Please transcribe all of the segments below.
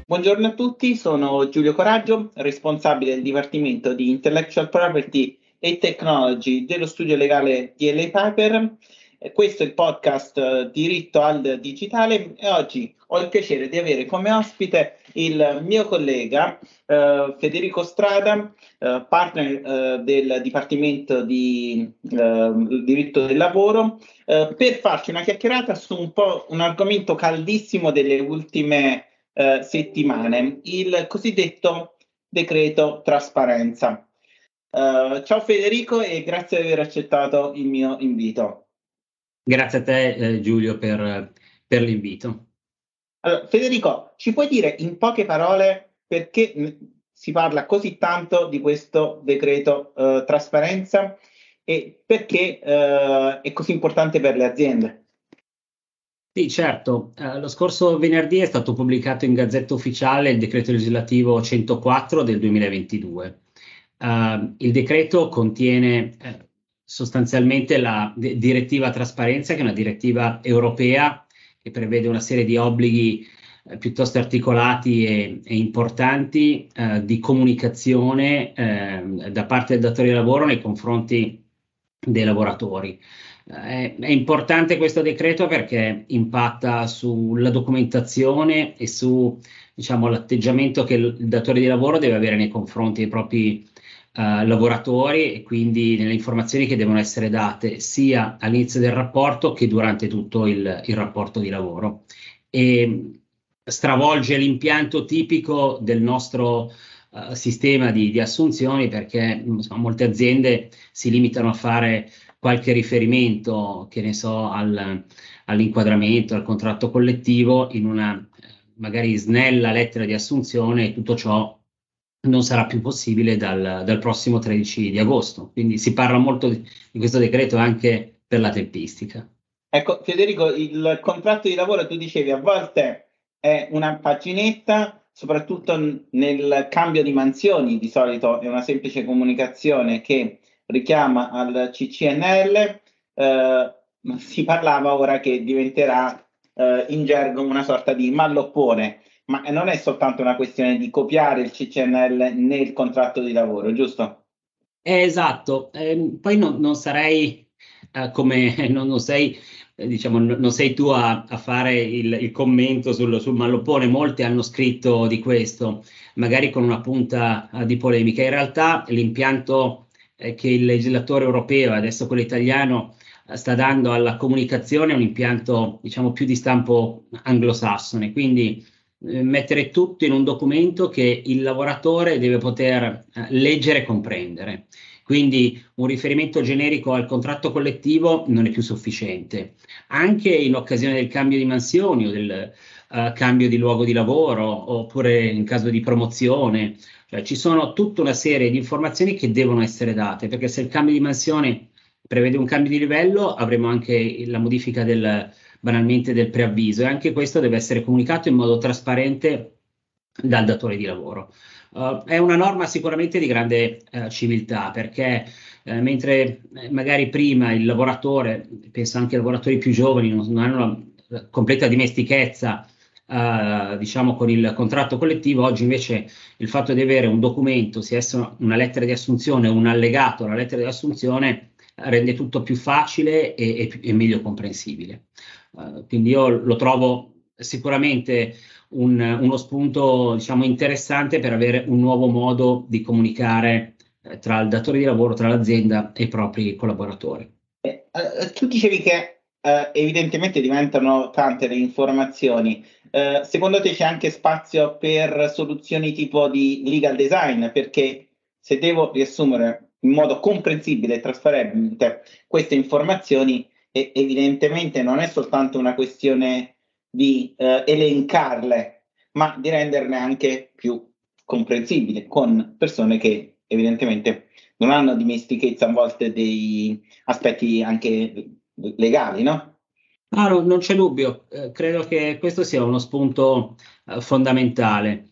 Buongiorno a tutti, sono Giulio Coraggio, responsabile del Dipartimento di Intellectual Property e Technology dello studio legale DLA Piper. Questo è il podcast Diritto al Digitale e oggi ho il piacere di avere come ospite il mio collega Federico Strada, partner del Dipartimento di Diritto del Lavoro, per farci una chiacchierata su un argomento caldissimo delle ultime settimane, il cosiddetto decreto trasparenza. Ciao Federico e grazie di aver accettato il mio invito. Grazie a te, Giulio, per l'invito. Allora, Federico, ci puoi dire in poche parole perché si parla così tanto di questo decreto trasparenza e perché è così importante per le aziende? Sì, certo. Lo scorso venerdì è stato pubblicato in Gazzetta Ufficiale il decreto legislativo 104 del 2022. Il decreto contiene sostanzialmente la direttiva trasparenza, che è una direttiva europea che prevede una serie di obblighi piuttosto articolati e importanti di comunicazione da parte del datore di lavoro nei confronti dei lavoratori. È importante questo decreto perché impatta sulla documentazione e su, diciamo, l'atteggiamento che il datore di lavoro deve avere nei confronti dei propri lavoratori e quindi nelle informazioni che devono essere date sia all'inizio del rapporto che durante tutto il rapporto di lavoro. E stravolge l'impianto tipico del nostro sistema di assunzioni perché insomma, molte aziende si limitano a fare qualche riferimento, che ne so, all'inquadramento, al contratto collettivo in una magari snella lettera di assunzione, e tutto ciò non sarà più possibile dal prossimo 13 di agosto. Quindi si parla molto di questo decreto anche per la tempistica. Ecco, Federico, il contratto di lavoro, tu dicevi, a volte è una paginetta, soprattutto nel cambio di mansioni, di solito è una semplice comunicazione che richiama al CCNL, si parlava ora che diventerà in gergo una sorta di malloppone, ma non è soltanto una questione di copiare il CCNL nel contratto di lavoro, giusto? Esatto. Poi non sarei come non sei, diciamo, non sei tu a fare il commento sul malloppone. Molti hanno scritto di questo, magari con una punta di polemica. In realtà l'impianto che il legislatore europeo, adesso quello italiano, sta dando alla comunicazione è un impianto, diciamo, più di stampo anglosassone. Quindi mettere tutto in un documento che il lavoratore deve poter leggere e comprendere. Quindi un riferimento generico al contratto collettivo non è più sufficiente. Anche in occasione del cambio di mansioni o del cambio di luogo di lavoro, oppure in caso di promozione, cioè ci sono tutta una serie di informazioni che devono essere date, perché se il cambio di mansione prevede un cambio di livello, avremo anche la modifica banalmente del preavviso, e anche questo deve essere comunicato in modo trasparente dal datore di lavoro. È una norma sicuramente di grande civiltà, perché mentre magari prima il lavoratore, penso anche ai lavoratori più giovani, non hanno una completa dimestichezza diciamo con il contratto collettivo, oggi invece il fatto di avere un documento, sia esso una lettera di assunzione o un allegato alla lettera di assunzione, rende tutto più facile e meglio comprensibile. Quindi io lo trovo sicuramente uno spunto, diciamo, interessante per avere un nuovo modo di comunicare tra il datore di lavoro, tra l'azienda e i propri collaboratori. Tu dicevi che evidentemente diventano tante le informazioni. Secondo te c'è anche spazio per soluzioni tipo di legal design? Perché se devo riassumere in modo comprensibile e trasparente queste informazioni, evidentemente non è soltanto una questione di elencarle, ma di renderne anche più comprensibili con persone che evidentemente non hanno dimestichezza a volte dei aspetti anche legali, no? Ah, non c'è dubbio. Credo che questo sia uno spunto fondamentale.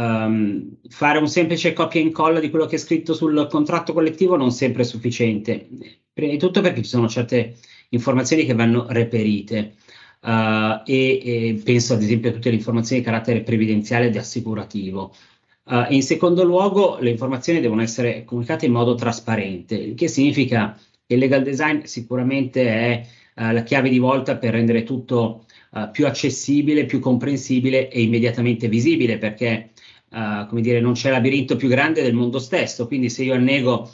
Fare un semplice copia e incolla di quello che è scritto sul contratto collettivo non sempre è sufficiente. Prima di tutto perché ci sono certe informazioni che vanno reperite. e penso ad esempio a tutte le informazioni di carattere previdenziale ed assicurativo. In secondo luogo, le informazioni devono essere comunicate in modo trasparente, il che significa che il legal design sicuramente è la chiave di volta per rendere tutto più accessibile, più comprensibile e immediatamente visibile, perché come dire, non c'è labirinto più grande del mondo stesso. Quindi se io annego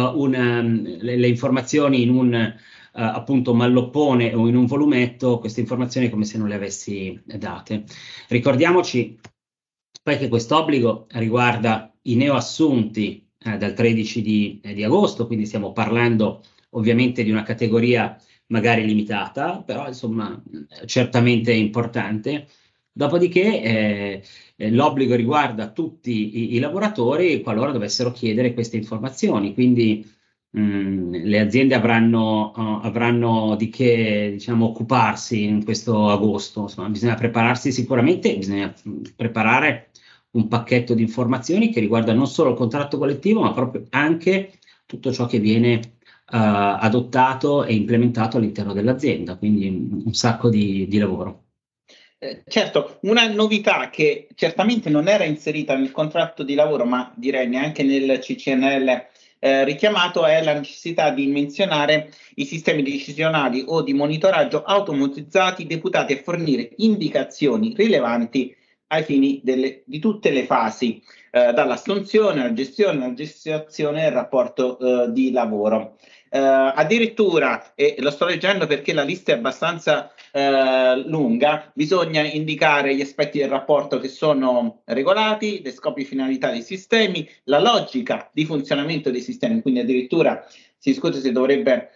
le informazioni in un appunto malloppone o in un volumetto, queste informazioni è come se non le avessi date. Ricordiamoci poi che questo obbligo riguarda i neoassunti dal 13 di agosto, quindi stiamo parlando ovviamente di una categoria magari limitata, però insomma certamente importante. Dopodiché l'obbligo riguarda tutti i lavoratori qualora dovessero chiedere queste informazioni, quindi le aziende avranno di che, diciamo, occuparsi in questo agosto. Insomma, bisogna prepararsi sicuramente, bisogna preparare un pacchetto di informazioni che riguarda non solo il contratto collettivo, ma proprio anche tutto ciò che viene adottato e implementato all'interno dell'azienda, quindi un sacco di lavoro. Certo, una novità che certamente non era inserita nel contratto di lavoro, ma direi neanche nel CCNL richiamato, è la necessità di menzionare i sistemi decisionali o di monitoraggio automatizzati deputati a fornire indicazioni rilevanti ai fini di tutte le fasi, dall'assunzione alla gestazione del rapporto di lavoro. Addirittura, e lo sto leggendo perché la lista è abbastanza lunga, bisogna indicare gli aspetti del rapporto che sono regolati, le scopi e finalità dei sistemi, la logica di funzionamento dei sistemi, quindi addirittura si discute se dovrebbe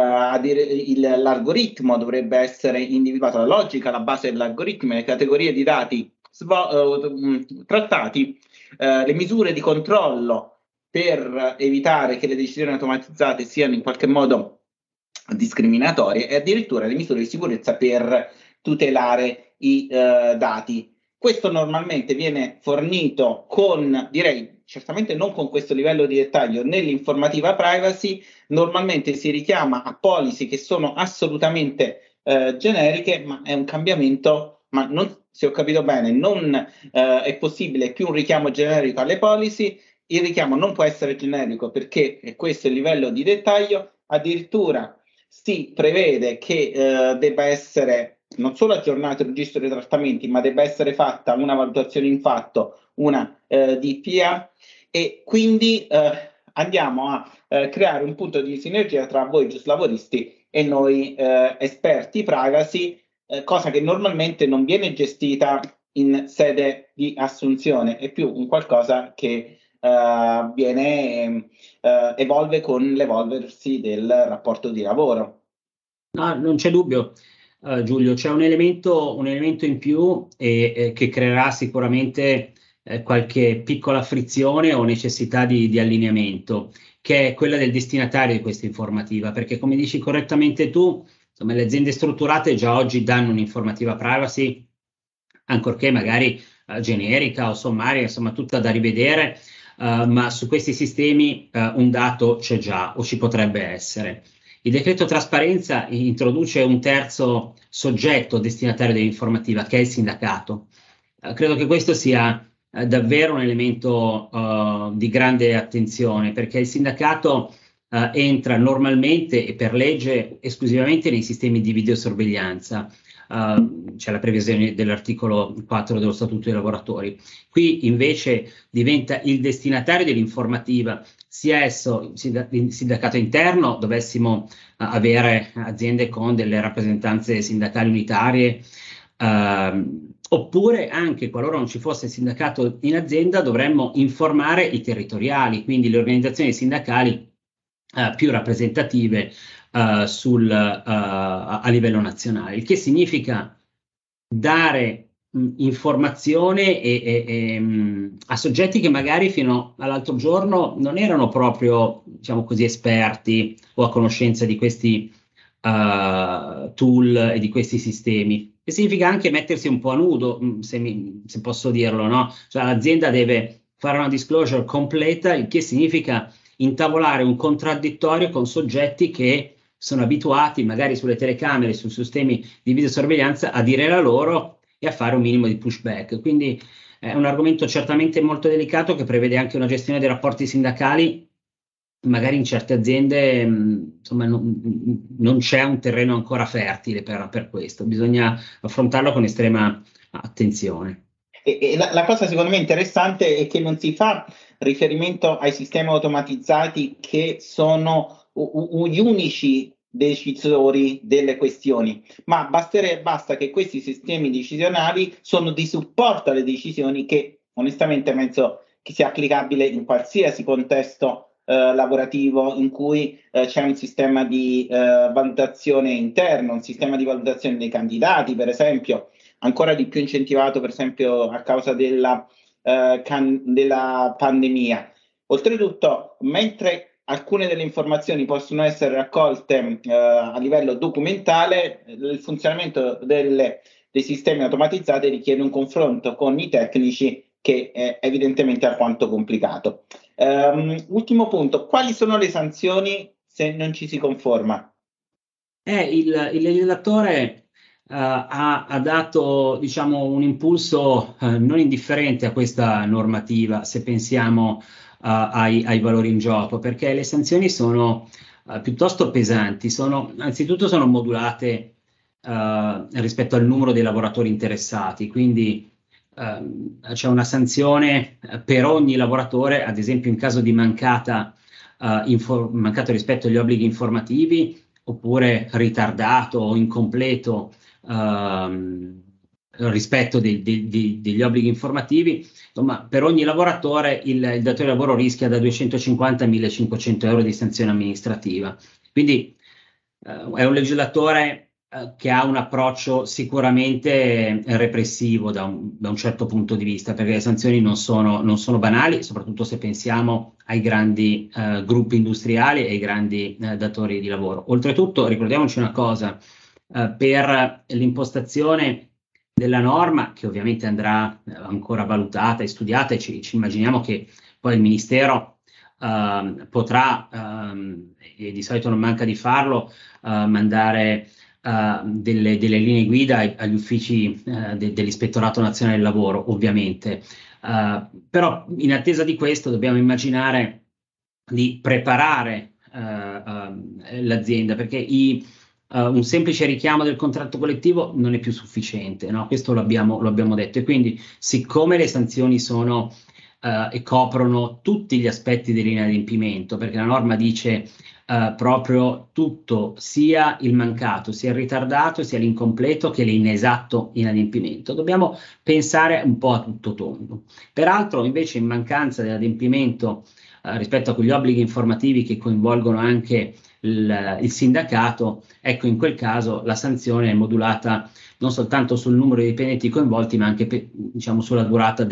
l'algoritmo dovrebbe essere individuato, la logica, la base dell'algoritmo, le categorie di dati trattati, le misure di controllo per evitare che le decisioni automatizzate siano in qualche modo discriminatorie e addirittura le misure di sicurezza per tutelare i dati. Questo normalmente viene fornito con, direi, certamente non con questo livello di dettaglio nell'informativa privacy, normalmente si richiama a policy che sono assolutamente generiche, ma è un cambiamento, ma non, se ho capito bene, non è possibile più un richiamo generico alle policy. Il richiamo non può essere generico perché questo è il livello di dettaglio, addirittura si prevede che debba essere non solo aggiornato il registro dei trattamenti, ma debba essere fatta una valutazione in fatto, una DPA, e quindi andiamo a creare un punto di sinergia tra voi giuslavoristi e noi esperti privacy, cosa che normalmente non viene gestita in sede di assunzione, è più un qualcosa che evolve con l'evolversi del rapporto di lavoro. No, non c'è dubbio, Giulio, c'è un elemento in più che creerà sicuramente qualche piccola frizione o necessità di allineamento, che è quella del destinatario di questa informativa, perché come dici correttamente tu, insomma, le aziende strutturate già oggi danno un'informativa privacy, ancorché magari generica o sommaria, insomma, tutta da rivedere. Ma su questi sistemi un dato c'è già o ci potrebbe essere. Il decreto trasparenza introduce un terzo soggetto destinatario dell'informativa, che è il sindacato. Credo che questo sia davvero un elemento di grande attenzione, perché il sindacato entra normalmente e per legge esclusivamente nei sistemi di videosorveglianza. C'è la previsione dell'articolo 4 dello Statuto dei lavoratori. Qui invece diventa il destinatario dell'informativa, sia esso il sindacato interno, dovessimo avere aziende con delle rappresentanze sindacali unitarie, oppure anche qualora non ci fosse sindacato in azienda dovremmo informare i territoriali, quindi le organizzazioni sindacali più rappresentative a livello nazionale, il che significa dare informazione a soggetti che magari fino all'altro giorno non erano proprio, diciamo così, esperti o a conoscenza di questi tool e di questi sistemi. E significa anche mettersi un po' a nudo, se posso dirlo, no? Cioè l'azienda deve fare una disclosure completa, il che significa intavolare un contraddittorio con soggetti che sono abituati magari sulle telecamere, sui sistemi di videosorveglianza a dire la loro e a fare un minimo di pushback. Quindi è un argomento certamente molto delicato che prevede anche una gestione dei rapporti sindacali. Magari in certe aziende insomma, non c'è un terreno ancora fertile per questo, bisogna affrontarlo con estrema attenzione. E la cosa secondo me interessante è che non si fa riferimento ai sistemi automatizzati che sono gli unici decisori delle questioni, ma basta che questi sistemi decisionali sono di supporto alle decisioni, che onestamente penso che sia applicabile in qualsiasi contesto lavorativo in cui c'è un sistema di valutazione interno, un sistema di valutazione dei candidati, per esempio, ancora di più incentivato, per esempio, a causa della pandemia. Oltretutto, mentre alcune delle informazioni possono essere raccolte a livello documentale, il funzionamento dei sistemi automatizzati richiede un confronto con i tecnici che è evidentemente alquanto complicato. Ultimo punto, quali sono le sanzioni se non ci si conforma? Il legislatore ha dato, diciamo, un impulso non indifferente a questa normativa, se pensiamo ai valori in gioco, perché le sanzioni sono piuttosto pesanti, anzitutto sono modulate rispetto al numero dei lavoratori interessati, quindi c'è una sanzione per ogni lavoratore, ad esempio in caso di mancato rispetto agli obblighi informativi, oppure ritardato o incompleto rispetto degli obblighi informativi. Insomma, per ogni lavoratore il datore di lavoro rischia da 250 a 1500 euro di sanzione amministrativa. Quindi è un legislatore che ha un approccio sicuramente repressivo da un certo punto di vista, perché le sanzioni non sono banali, soprattutto se pensiamo ai grandi gruppi industriali e ai grandi datori di lavoro. Oltretutto, ricordiamoci una cosa, per l'impostazione della norma, che ovviamente andrà ancora valutata e studiata, e ci immaginiamo che poi il Ministero potrà, e di solito non manca di farlo, mandare delle linee guida agli uffici dell'Ispettorato Nazionale del Lavoro, ovviamente. Però in attesa di questo dobbiamo immaginare di preparare l'azienda, perché un semplice richiamo del contratto collettivo non è più sufficiente, no? Questo lo abbiamo detto, e quindi siccome le sanzioni sono e coprono tutti gli aspetti dell'inadempimento, perché la norma dice proprio tutto, sia il mancato, sia il ritardato, sia l'incompleto che l'inesatto inadempimento. Dobbiamo pensare un po' a tutto tondo. Peraltro, invece, in mancanza dell'adempimento rispetto a quegli obblighi informativi che coinvolgono anche il sindacato, ecco, in quel caso la sanzione è modulata non soltanto sul numero di dipendenti coinvolti, ma anche diciamo sulla durata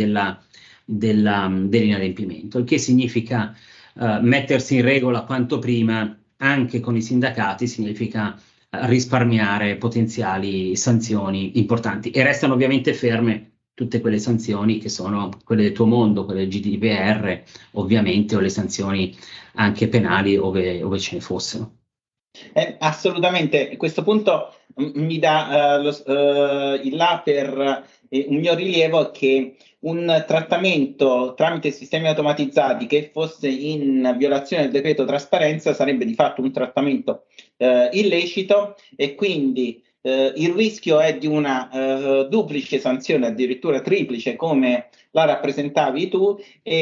dell'inadempimento, il che significa mettersi in regola quanto prima anche con i sindacati, significa risparmiare potenziali sanzioni importanti, e restano ovviamente ferme tutte quelle sanzioni che sono quelle del tuo mondo, quelle del GDPR ovviamente, o le sanzioni anche penali ove ce ne fossero. Assolutamente, a questo punto mi dà il là per un mio rilievo che un trattamento tramite sistemi automatizzati che fosse in violazione del decreto trasparenza sarebbe di fatto un trattamento illecito, e quindi il rischio è di una duplice sanzione, addirittura triplice, come la rappresentavi tu,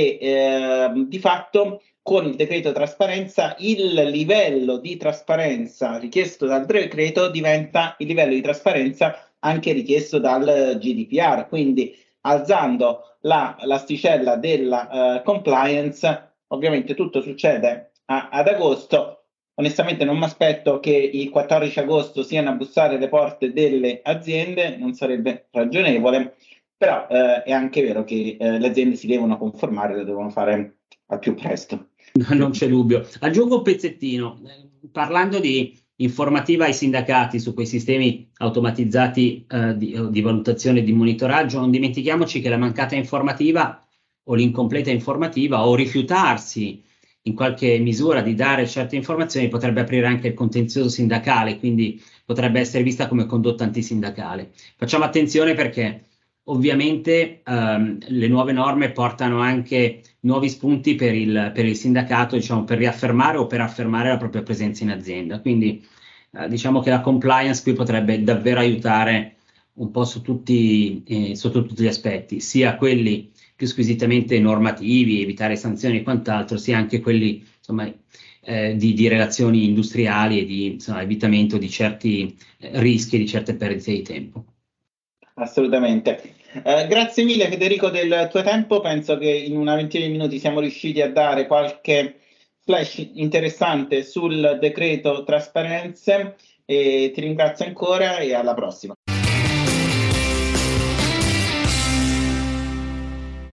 e di fatto con il decreto trasparenza il livello di trasparenza richiesto dal decreto diventa il livello di trasparenza anche richiesto dal GDPR, quindi alzando l'asticella della compliance. Ovviamente tutto succede ad agosto. Onestamente non mi aspetto che il 14 agosto siano a bussare alle porte delle aziende, non sarebbe ragionevole, però è anche vero che le aziende si devono conformare, lo devono fare al più presto. Non c'è dubbio. Aggiungo un pezzettino, parlando di informativa ai sindacati su quei sistemi automatizzati di valutazione e di monitoraggio, non dimentichiamoci che la mancata informativa o l'incompleta informativa o rifiutarsi in qualche misura di dare certe informazioni potrebbe aprire anche il contenzioso sindacale, quindi potrebbe essere vista come condotta antisindacale. Facciamo attenzione perché ovviamente le nuove norme portano anche nuovi spunti per il sindacato, diciamo, per riaffermare o per affermare la propria presenza in azienda. Quindi diciamo che la compliance qui potrebbe davvero aiutare un po' sotto tutti gli aspetti, sia quelli più squisitamente normativi, evitare sanzioni e quant'altro, sia anche quelli, insomma, di relazioni industriali e di, insomma, evitamento di certi rischi e di certe perdite di tempo. Assolutamente. Grazie mille Federico del tuo tempo, penso che in una ventina di minuti siamo riusciti a dare qualche flash interessante sul decreto trasparenze e ti ringrazio ancora e alla prossima.